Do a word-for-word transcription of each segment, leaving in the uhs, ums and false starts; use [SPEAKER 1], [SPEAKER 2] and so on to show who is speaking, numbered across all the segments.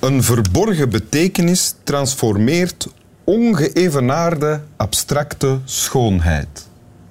[SPEAKER 1] Een verborgen betekenis transformeert ongeëvenaarde abstracte schoonheid.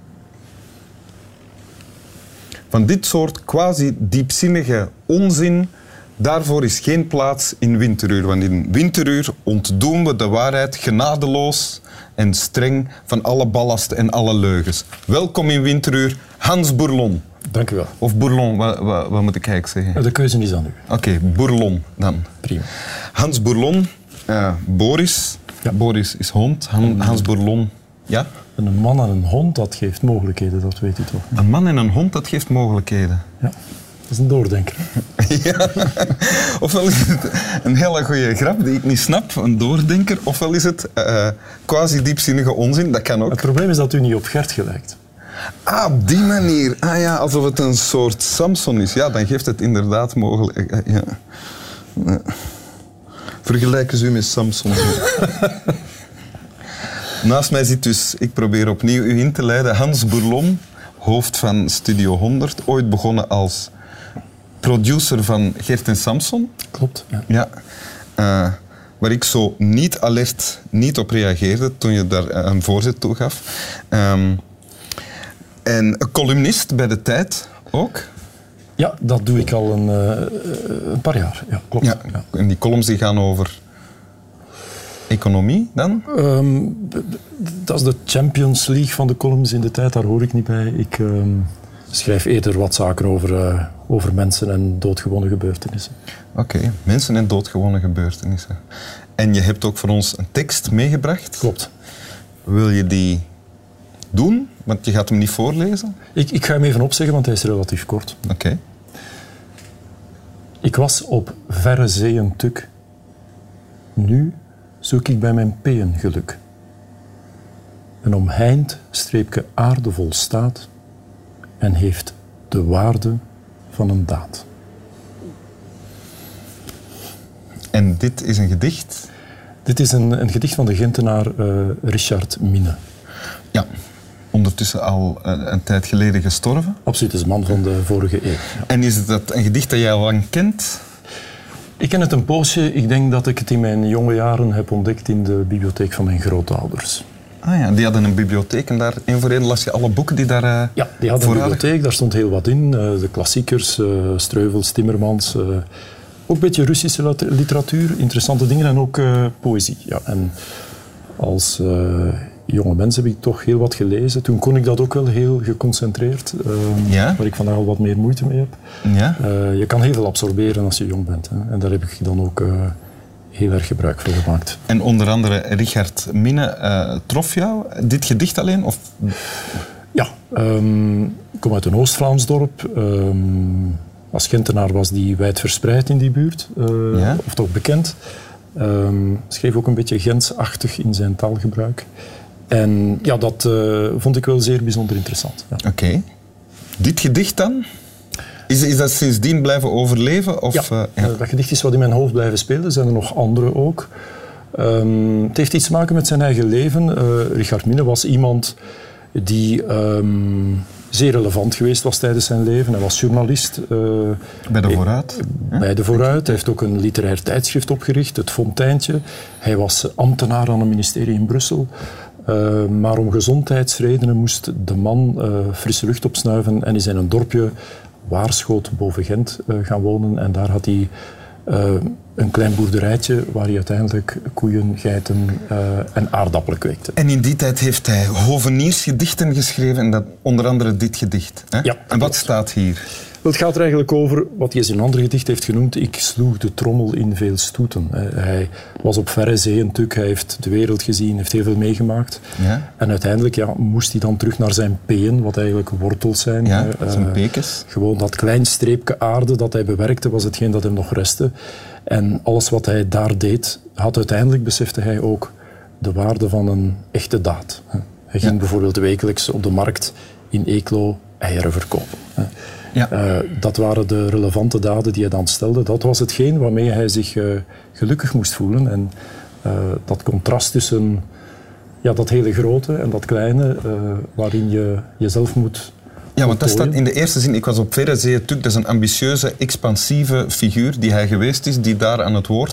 [SPEAKER 1] Van dit soort quasi-diepzinnige onzin, daarvoor is geen plaats in Winteruur. Want in Winteruur ontdoen we de waarheid genadeloos en streng van alle ballast en alle leugens. Welkom in Winteruur, Hans Bourlon.
[SPEAKER 2] Dank u wel.
[SPEAKER 1] Of Bourlon, wat, wat, wat moet ik eigenlijk zeggen?
[SPEAKER 2] De keuze is aan u.
[SPEAKER 1] Oké, okay, Bourlon dan.
[SPEAKER 2] Prima.
[SPEAKER 1] Hans Bourlon, uh, Boris. Ja. Boris is hond, Han, Hans Bourlon, ja?
[SPEAKER 2] Een man en een hond, dat geeft mogelijkheden, dat weet u toch?
[SPEAKER 1] Een man en een hond, dat geeft mogelijkheden.
[SPEAKER 2] Ja, dat is een doordenker.
[SPEAKER 1] Ja, ofwel is het een hele goede grap die ik niet snap, een doordenker, ofwel is het uh, quasi-diepzinnige onzin, dat kan ook.
[SPEAKER 2] Het probleem is dat u niet op Gert gelijkt.
[SPEAKER 1] Ah, op die manier. Ah ja, alsof het een soort Samson is. Ja, dan geeft het inderdaad mogelijk. Ja. Vergelijken ze u met Samson. Naast mij zit dus, ik probeer opnieuw u in te leiden, Hans Bourlon, hoofd van Studio honderd, ooit begonnen als producer van Gert en Samson.
[SPEAKER 2] Klopt, ja.
[SPEAKER 1] Ja. Uh, waar ik zo niet alert, niet op reageerde toen je daar een voorzet toe gaf. Um, en een columnist bij De Tijd ook.
[SPEAKER 2] Ja, dat doe ik al een, uh, een paar jaar. Ja, klopt.
[SPEAKER 1] Ja, ja. En die columns die gaan over economie dan?
[SPEAKER 2] Um, dat is de Champions League van de columns in De Tijd, daar hoor ik niet bij. Ik um, schrijf eerder wat zaken over, uh, over mensen en doodgewone gebeurtenissen.
[SPEAKER 1] Oké, okay, mensen en doodgewone gebeurtenissen. En je hebt ook voor ons een tekst meegebracht.
[SPEAKER 2] Klopt.
[SPEAKER 1] Wil je die doen? Want je gaat hem niet voorlezen.
[SPEAKER 2] Ik, ik ga hem even opzeggen, want hij is relatief kort.
[SPEAKER 1] Oké. Okay.
[SPEAKER 2] Ik was op verre zeeën tuk. Nu zoek ik bij mijn peën geluk. Een omheind streepje aarde vol staat en heeft de waarde van een daad.
[SPEAKER 1] En dit is een gedicht?
[SPEAKER 2] Dit is een, een gedicht van de Gentenaar uh, Richard Mine.
[SPEAKER 1] Ja, ondertussen al een, een tijd geleden gestorven.
[SPEAKER 2] Absoluut, het is een man van de vorige eeuw. Ja.
[SPEAKER 1] En is dat een gedicht dat jij al lang kent?
[SPEAKER 2] Ik ken het een poosje. Ik denk dat ik het in mijn jonge jaren heb ontdekt in de bibliotheek van mijn grootouders.
[SPEAKER 1] Ah ja, die hadden een bibliotheek en daar één voor één las je alle boeken die daar uh,
[SPEAKER 2] Ja, die hadden een bibliotheek, daar stond heel wat in. Uh, de klassiekers, uh, Streuvels, Timmermans. Uh, ook een beetje Russische literatuur, interessante dingen en ook uh, poëzie. Ja, en als uh, jonge mens heb ik toch heel wat gelezen. Toen kon ik dat ook wel heel geconcentreerd, uh,
[SPEAKER 1] ja?
[SPEAKER 2] waar ik vandaag al wat meer moeite mee heb.
[SPEAKER 1] Ja?
[SPEAKER 2] Uh, je kan heel veel absorberen als je jong bent. Hè. En daar heb ik dan ook uh, heel erg gebruik van gemaakt.
[SPEAKER 1] En onder andere Richard Mine uh, trof jou dit gedicht alleen? Of?
[SPEAKER 2] Ja, um, ik kom uit een Oost-Vlaams dorp. Um, als Gentenaar was die wijd verspreid in die buurt, uh, ja? Of toch bekend. Um, schreef ook een beetje Gentsachtig in zijn taalgebruik. En ja, dat uh, vond ik wel zeer bijzonder interessant. Ja.
[SPEAKER 1] Oké. Okay. Dit gedicht dan? Is, is dat sindsdien blijven overleven? Of,
[SPEAKER 2] ja,
[SPEAKER 1] uh, ja.
[SPEAKER 2] Uh, dat gedicht is wat in mijn hoofd blijven spelen. Er zijn er nog andere ook. Um, het heeft iets te maken met zijn eigen leven. Uh, Richard Mine was iemand die um, zeer relevant geweest was tijdens zijn leven. Hij was journalist. Uh,
[SPEAKER 1] bij de Vooruit?
[SPEAKER 2] Bij ja? de Vooruit. Hij heeft ook een literair tijdschrift opgericht, het Fonteintje. Hij was ambtenaar aan een ministerie in Brussel. Uh, maar om gezondheidsredenen moest de man uh, frisse lucht opsnuiven en is in een dorpje Waarschoot boven Gent uh, gaan wonen. En daar had hij uh, een klein boerderijtje waar hij uiteindelijk koeien, geiten uh, en aardappelen kweekte.
[SPEAKER 1] En in die tijd heeft hij hoveniersgedichten geschreven en dat, onder andere dit gedicht. Hè?
[SPEAKER 2] Ja,
[SPEAKER 1] en wat staat hier?
[SPEAKER 2] Het gaat er eigenlijk over wat hij in een ander gedicht heeft genoemd. Ik sloeg de trommel in veel stoeten. Hij was op verre zeeën tuk, hij heeft de wereld gezien, heeft heel veel meegemaakt.
[SPEAKER 1] Ja.
[SPEAKER 2] En uiteindelijk ja, moest hij dan terug naar zijn peën, wat eigenlijk wortels zijn.
[SPEAKER 1] Ja, zijn
[SPEAKER 2] uh,
[SPEAKER 1] bekens.
[SPEAKER 2] Gewoon dat klein streepje aarde dat hij bewerkte, was hetgeen dat hem nog restte. En alles wat hij daar deed, had uiteindelijk, besefte hij ook, de waarde van een echte daad. Hij ging ja. bijvoorbeeld wekelijks op de markt in Eeklo eieren verkopen. Ja. Uh, dat waren de relevante daden die hij dan stelde. Dat was hetgeen waarmee hij zich uh, gelukkig moest voelen. En uh, dat contrast tussen ja, dat hele grote en dat kleine, uh, waarin je jezelf moet...
[SPEAKER 1] Ja, want dat staat in de eerste zin. Ik was op verre zeeën tuk. Dat is een ambitieuze, expansieve figuur die hij geweest is, die daar aan het woord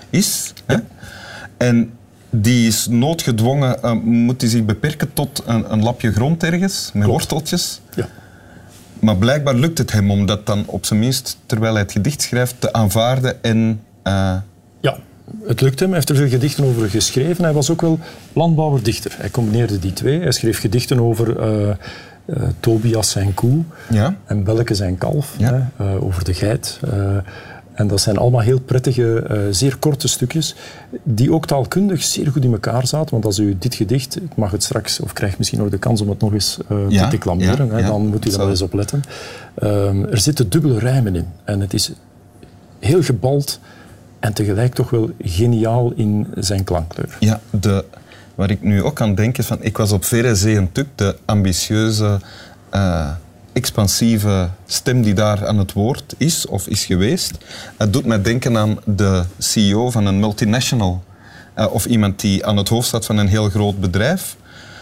[SPEAKER 1] is. Hè? En die is noodgedwongen, uh, moet hij zich beperken tot een, een lapje grond ergens, met
[SPEAKER 2] Klopt.
[SPEAKER 1] worteltjes.
[SPEAKER 2] Ja.
[SPEAKER 1] Maar blijkbaar lukt het hem om dat dan op zijn minst, terwijl hij het gedicht schrijft, te aanvaarden en... Uh...
[SPEAKER 2] Ja, het lukt hem. Hij heeft er veel gedichten over geschreven. Hij was ook wel landbouwer-dichter. Hij combineerde die twee. Hij schreef gedichten over uh, uh, Tobias zijn koe
[SPEAKER 1] ja.
[SPEAKER 2] en Belke zijn kalf,
[SPEAKER 1] ja.
[SPEAKER 2] hè, uh, over de geit. Uh, En dat zijn allemaal heel prettige, uh, zeer korte stukjes, die ook taalkundig zeer goed in elkaar zaten. Want als u dit gedicht, ik mag het straks, of krijgt misschien nog de kans om het nog eens uh, ja, te declameren, ja, hè, ja, dan moet u er wel eens op letten. Um, er zitten dubbele rijmen in. En het is heel gebald en tegelijk toch wel geniaal in zijn klankkleur.
[SPEAKER 1] Ja, de, waar ik nu ook aan denk is van, ik was op Verre Zee een tuk, de ambitieuze... Uh, expansieve stem die daar aan het woord is of is geweest. Het doet mij denken aan de C E O van een multinational uh, of iemand die aan het hoofd staat van een heel groot bedrijf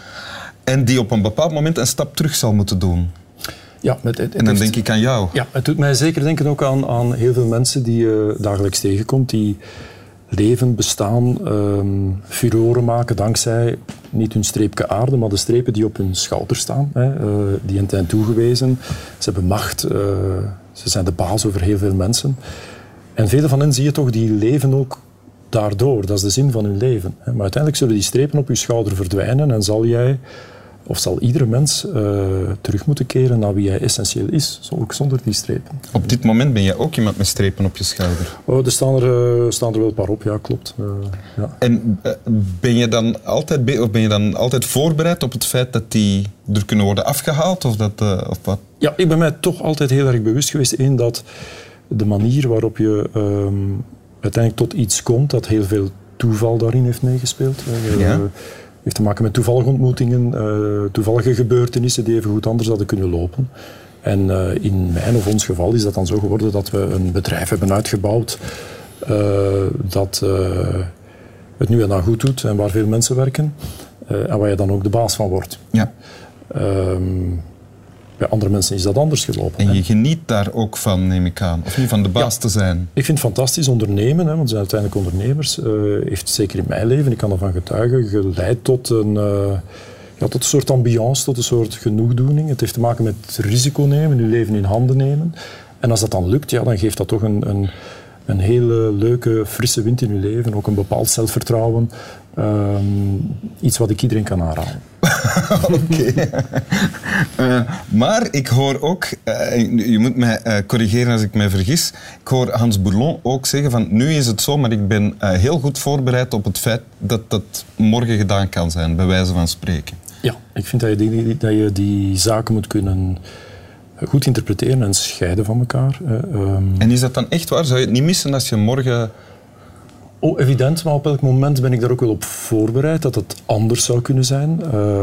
[SPEAKER 1] en die op een bepaald moment een stap terug zal moeten doen.
[SPEAKER 2] Ja, het, het,
[SPEAKER 1] en dan
[SPEAKER 2] heeft,
[SPEAKER 1] denk ik aan jou.
[SPEAKER 2] Ja, het doet mij zeker denken ook aan, aan heel veel mensen die je dagelijks tegenkomt, die leven, bestaan, um, furoren maken dankzij niet hun streepje aarde, maar de strepen die op hun schouder staan. Hè, uh, die hen zijn toegewezen. Ze hebben macht. Uh, ze zijn de baas over heel veel mensen. En vele van hen zie je toch, die leven ook daardoor. Dat is de zin van hun leven. Hè. Maar uiteindelijk zullen die strepen op je schouder verdwijnen en zal jij, of zal iedere mens uh, terug moeten keren naar wie hij essentieel is, ook zonder die strepen.
[SPEAKER 1] Op dit moment ben jij ook iemand met strepen op je schouder.
[SPEAKER 2] Oh, er staan er, uh, staan er wel een paar op, ja, klopt. Uh, ja.
[SPEAKER 1] En uh, ben je dan altijd be- of ben je dan altijd voorbereid op het feit dat die er kunnen worden afgehaald? Of, dat, uh, of wat?
[SPEAKER 2] Ja, ik ben mij toch altijd heel erg bewust geweest in dat de manier waarop je um, uiteindelijk tot iets komt, dat heel veel toeval daarin heeft meegespeeld. Uh,
[SPEAKER 1] ja.
[SPEAKER 2] heeft te maken met toevallige ontmoetingen, uh, toevallige gebeurtenissen die even goed anders hadden kunnen lopen. En uh, in mijn of ons geval is dat dan zo geworden dat we een bedrijf hebben uitgebouwd uh, dat uh, het nu en dan goed doet en waar veel mensen werken uh, en waar je dan ook de baas van wordt.
[SPEAKER 1] Ja.
[SPEAKER 2] Um, bij andere mensen is dat anders gelopen.
[SPEAKER 1] En je
[SPEAKER 2] hè.
[SPEAKER 1] geniet daar ook van, neem ik aan. Of niet van de baas
[SPEAKER 2] ja,
[SPEAKER 1] te zijn.
[SPEAKER 2] Ik vind het fantastisch ondernemen, hè, want we zijn uiteindelijk ondernemers. Uh, heeft zeker in mijn leven, ik kan ervan getuigen, geleid tot een, uh, ja, tot een soort ambiance, tot een soort genoegdoening. Het heeft te maken met risico nemen, je leven in handen nemen. En als dat dan lukt, ja, dan geeft dat toch een, een, een hele leuke, frisse wind in je leven. Ook een bepaald zelfvertrouwen. Um, iets wat ik iedereen kan aanraden.
[SPEAKER 1] Oké. Okay. uh, maar ik hoor ook, uh, je moet mij uh, corrigeren als ik mij vergis, ik hoor Hans Bourlon ook zeggen van nu is het zo, maar ik ben uh, heel goed voorbereid op het feit dat dat morgen gedaan kan zijn, bij wijze van spreken.
[SPEAKER 2] Ja, ik vind dat je die, dat je die zaken moet kunnen goed interpreteren en scheiden van elkaar. Uh, um...
[SPEAKER 1] En is dat dan echt waar? Zou je het niet missen als je morgen...
[SPEAKER 2] Oh, evident, maar op elk moment ben ik daar ook wel op voorbereid dat het anders zou kunnen zijn.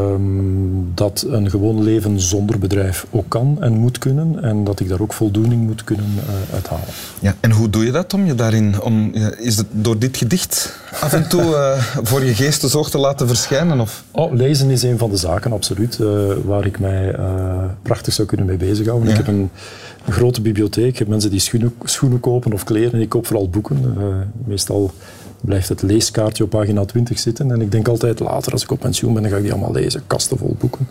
[SPEAKER 2] Um, dat een gewoon leven zonder bedrijf ook kan en moet kunnen. En dat ik daar ook voldoening moet kunnen uh, uithalen.
[SPEAKER 1] Ja, en hoe doe je dat om je daarin... Om, ja, is het door dit gedicht af en toe uh, voor je geestesoog te laten verschijnen? Of?
[SPEAKER 2] Oh, lezen is een van de zaken, absoluut. Uh, waar ik mij uh, prachtig zou kunnen mee bezighouden. Ja. Ik heb een, een grote bibliotheek. Ik heb mensen die schoenen, schoenen kopen of kleren. Ik koop vooral boeken. Uh, meestal blijft het leeskaartje op pagina twintig zitten. En ik denk altijd later, als ik op pensioen ben, dan ga ik die allemaal lezen. Kasten vol boeken.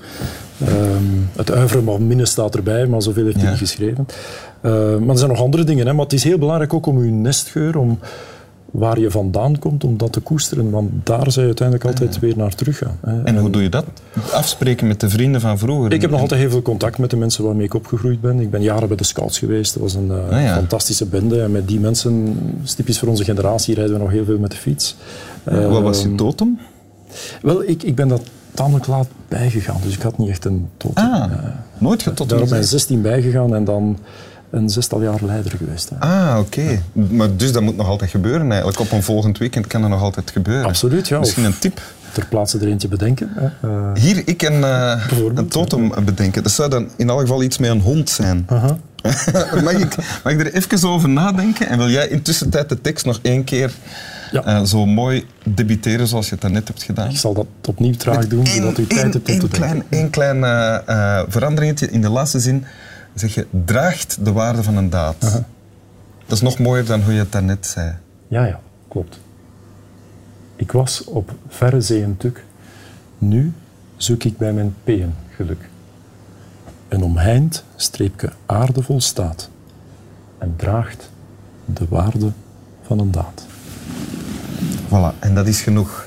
[SPEAKER 2] Um, het uiveren van Minne staat erbij, maar zoveel heeft hij ja. niet geschreven. Uh, maar er zijn nog andere dingen. Hè. Maar het is heel belangrijk ook om uw nestgeur, om waar je vandaan komt, om dat te koesteren. Want daar zou je uiteindelijk altijd weer naar teruggaan. Hè.
[SPEAKER 1] En hoe doe je dat? Afspreken met de vrienden van vroeger?
[SPEAKER 2] Ik heb nog altijd heel veel contact met de mensen waarmee ik opgegroeid ben. Ik ben jaren bij de Scouts geweest. Dat was een uh, ah, ja. fantastische bende. En met die mensen, typisch voor onze generatie, rijden we nog heel veel met de fiets.
[SPEAKER 1] Uh, Wat was je totem?
[SPEAKER 2] Wel, ik, ik ben dat tamelijk laat bijgegaan. Dus ik had niet echt een totem.
[SPEAKER 1] Ah, uh, nooit getotem?
[SPEAKER 2] Daar op mijn zestien bijgegaan en dan een zestal jaar leider geweest. Hè.
[SPEAKER 1] Ah, oké. Okay. Ja. Maar dus dat moet nog altijd gebeuren eigenlijk. Op een volgend weekend kan dat nog altijd gebeuren.
[SPEAKER 2] Absoluut, ja.
[SPEAKER 1] Misschien een tip?
[SPEAKER 2] Ter plaatse er eentje bedenken. Hè. Uh,
[SPEAKER 1] Hier, ik een, uh, een totem ja. bedenken. Dat zou dan in elk geval iets met een hond zijn.
[SPEAKER 2] Uh-huh.
[SPEAKER 1] mag, ik, mag ik er even over nadenken? En wil jij intussen tijd de tekst nog één keer ja. uh, zo mooi debiteren zoals je het daarnet hebt gedaan?
[SPEAKER 2] Ik zal dat opnieuw traag doen, zodat u tijd hebt om te
[SPEAKER 1] klein, denken. Eén klein uh, uh, veranderingetje in de laatste zin. Zeg je, draagt de waarde van een daad. Uh-huh. Dat is nog mooier dan hoe je het daarnet zei.
[SPEAKER 2] Ja, ja. klopt. Ik was op verre zee een tuk. Nu zoek ik bij mijn peën geluk. Een omheind streepje aarde volstaat en draagt de waarde van een daad.
[SPEAKER 1] Voilà, en dat is genoeg.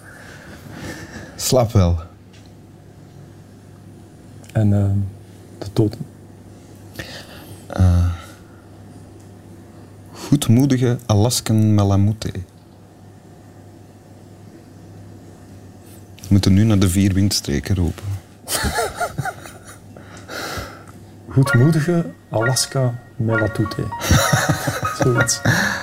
[SPEAKER 1] Slaap wel.
[SPEAKER 2] En uh, de totem?
[SPEAKER 1] Uh, goedmoedige Alaskan Malamute. We moeten nu naar de vier windstreken roepen.
[SPEAKER 2] Goedmoedige Alaska Melatute. Zoiets.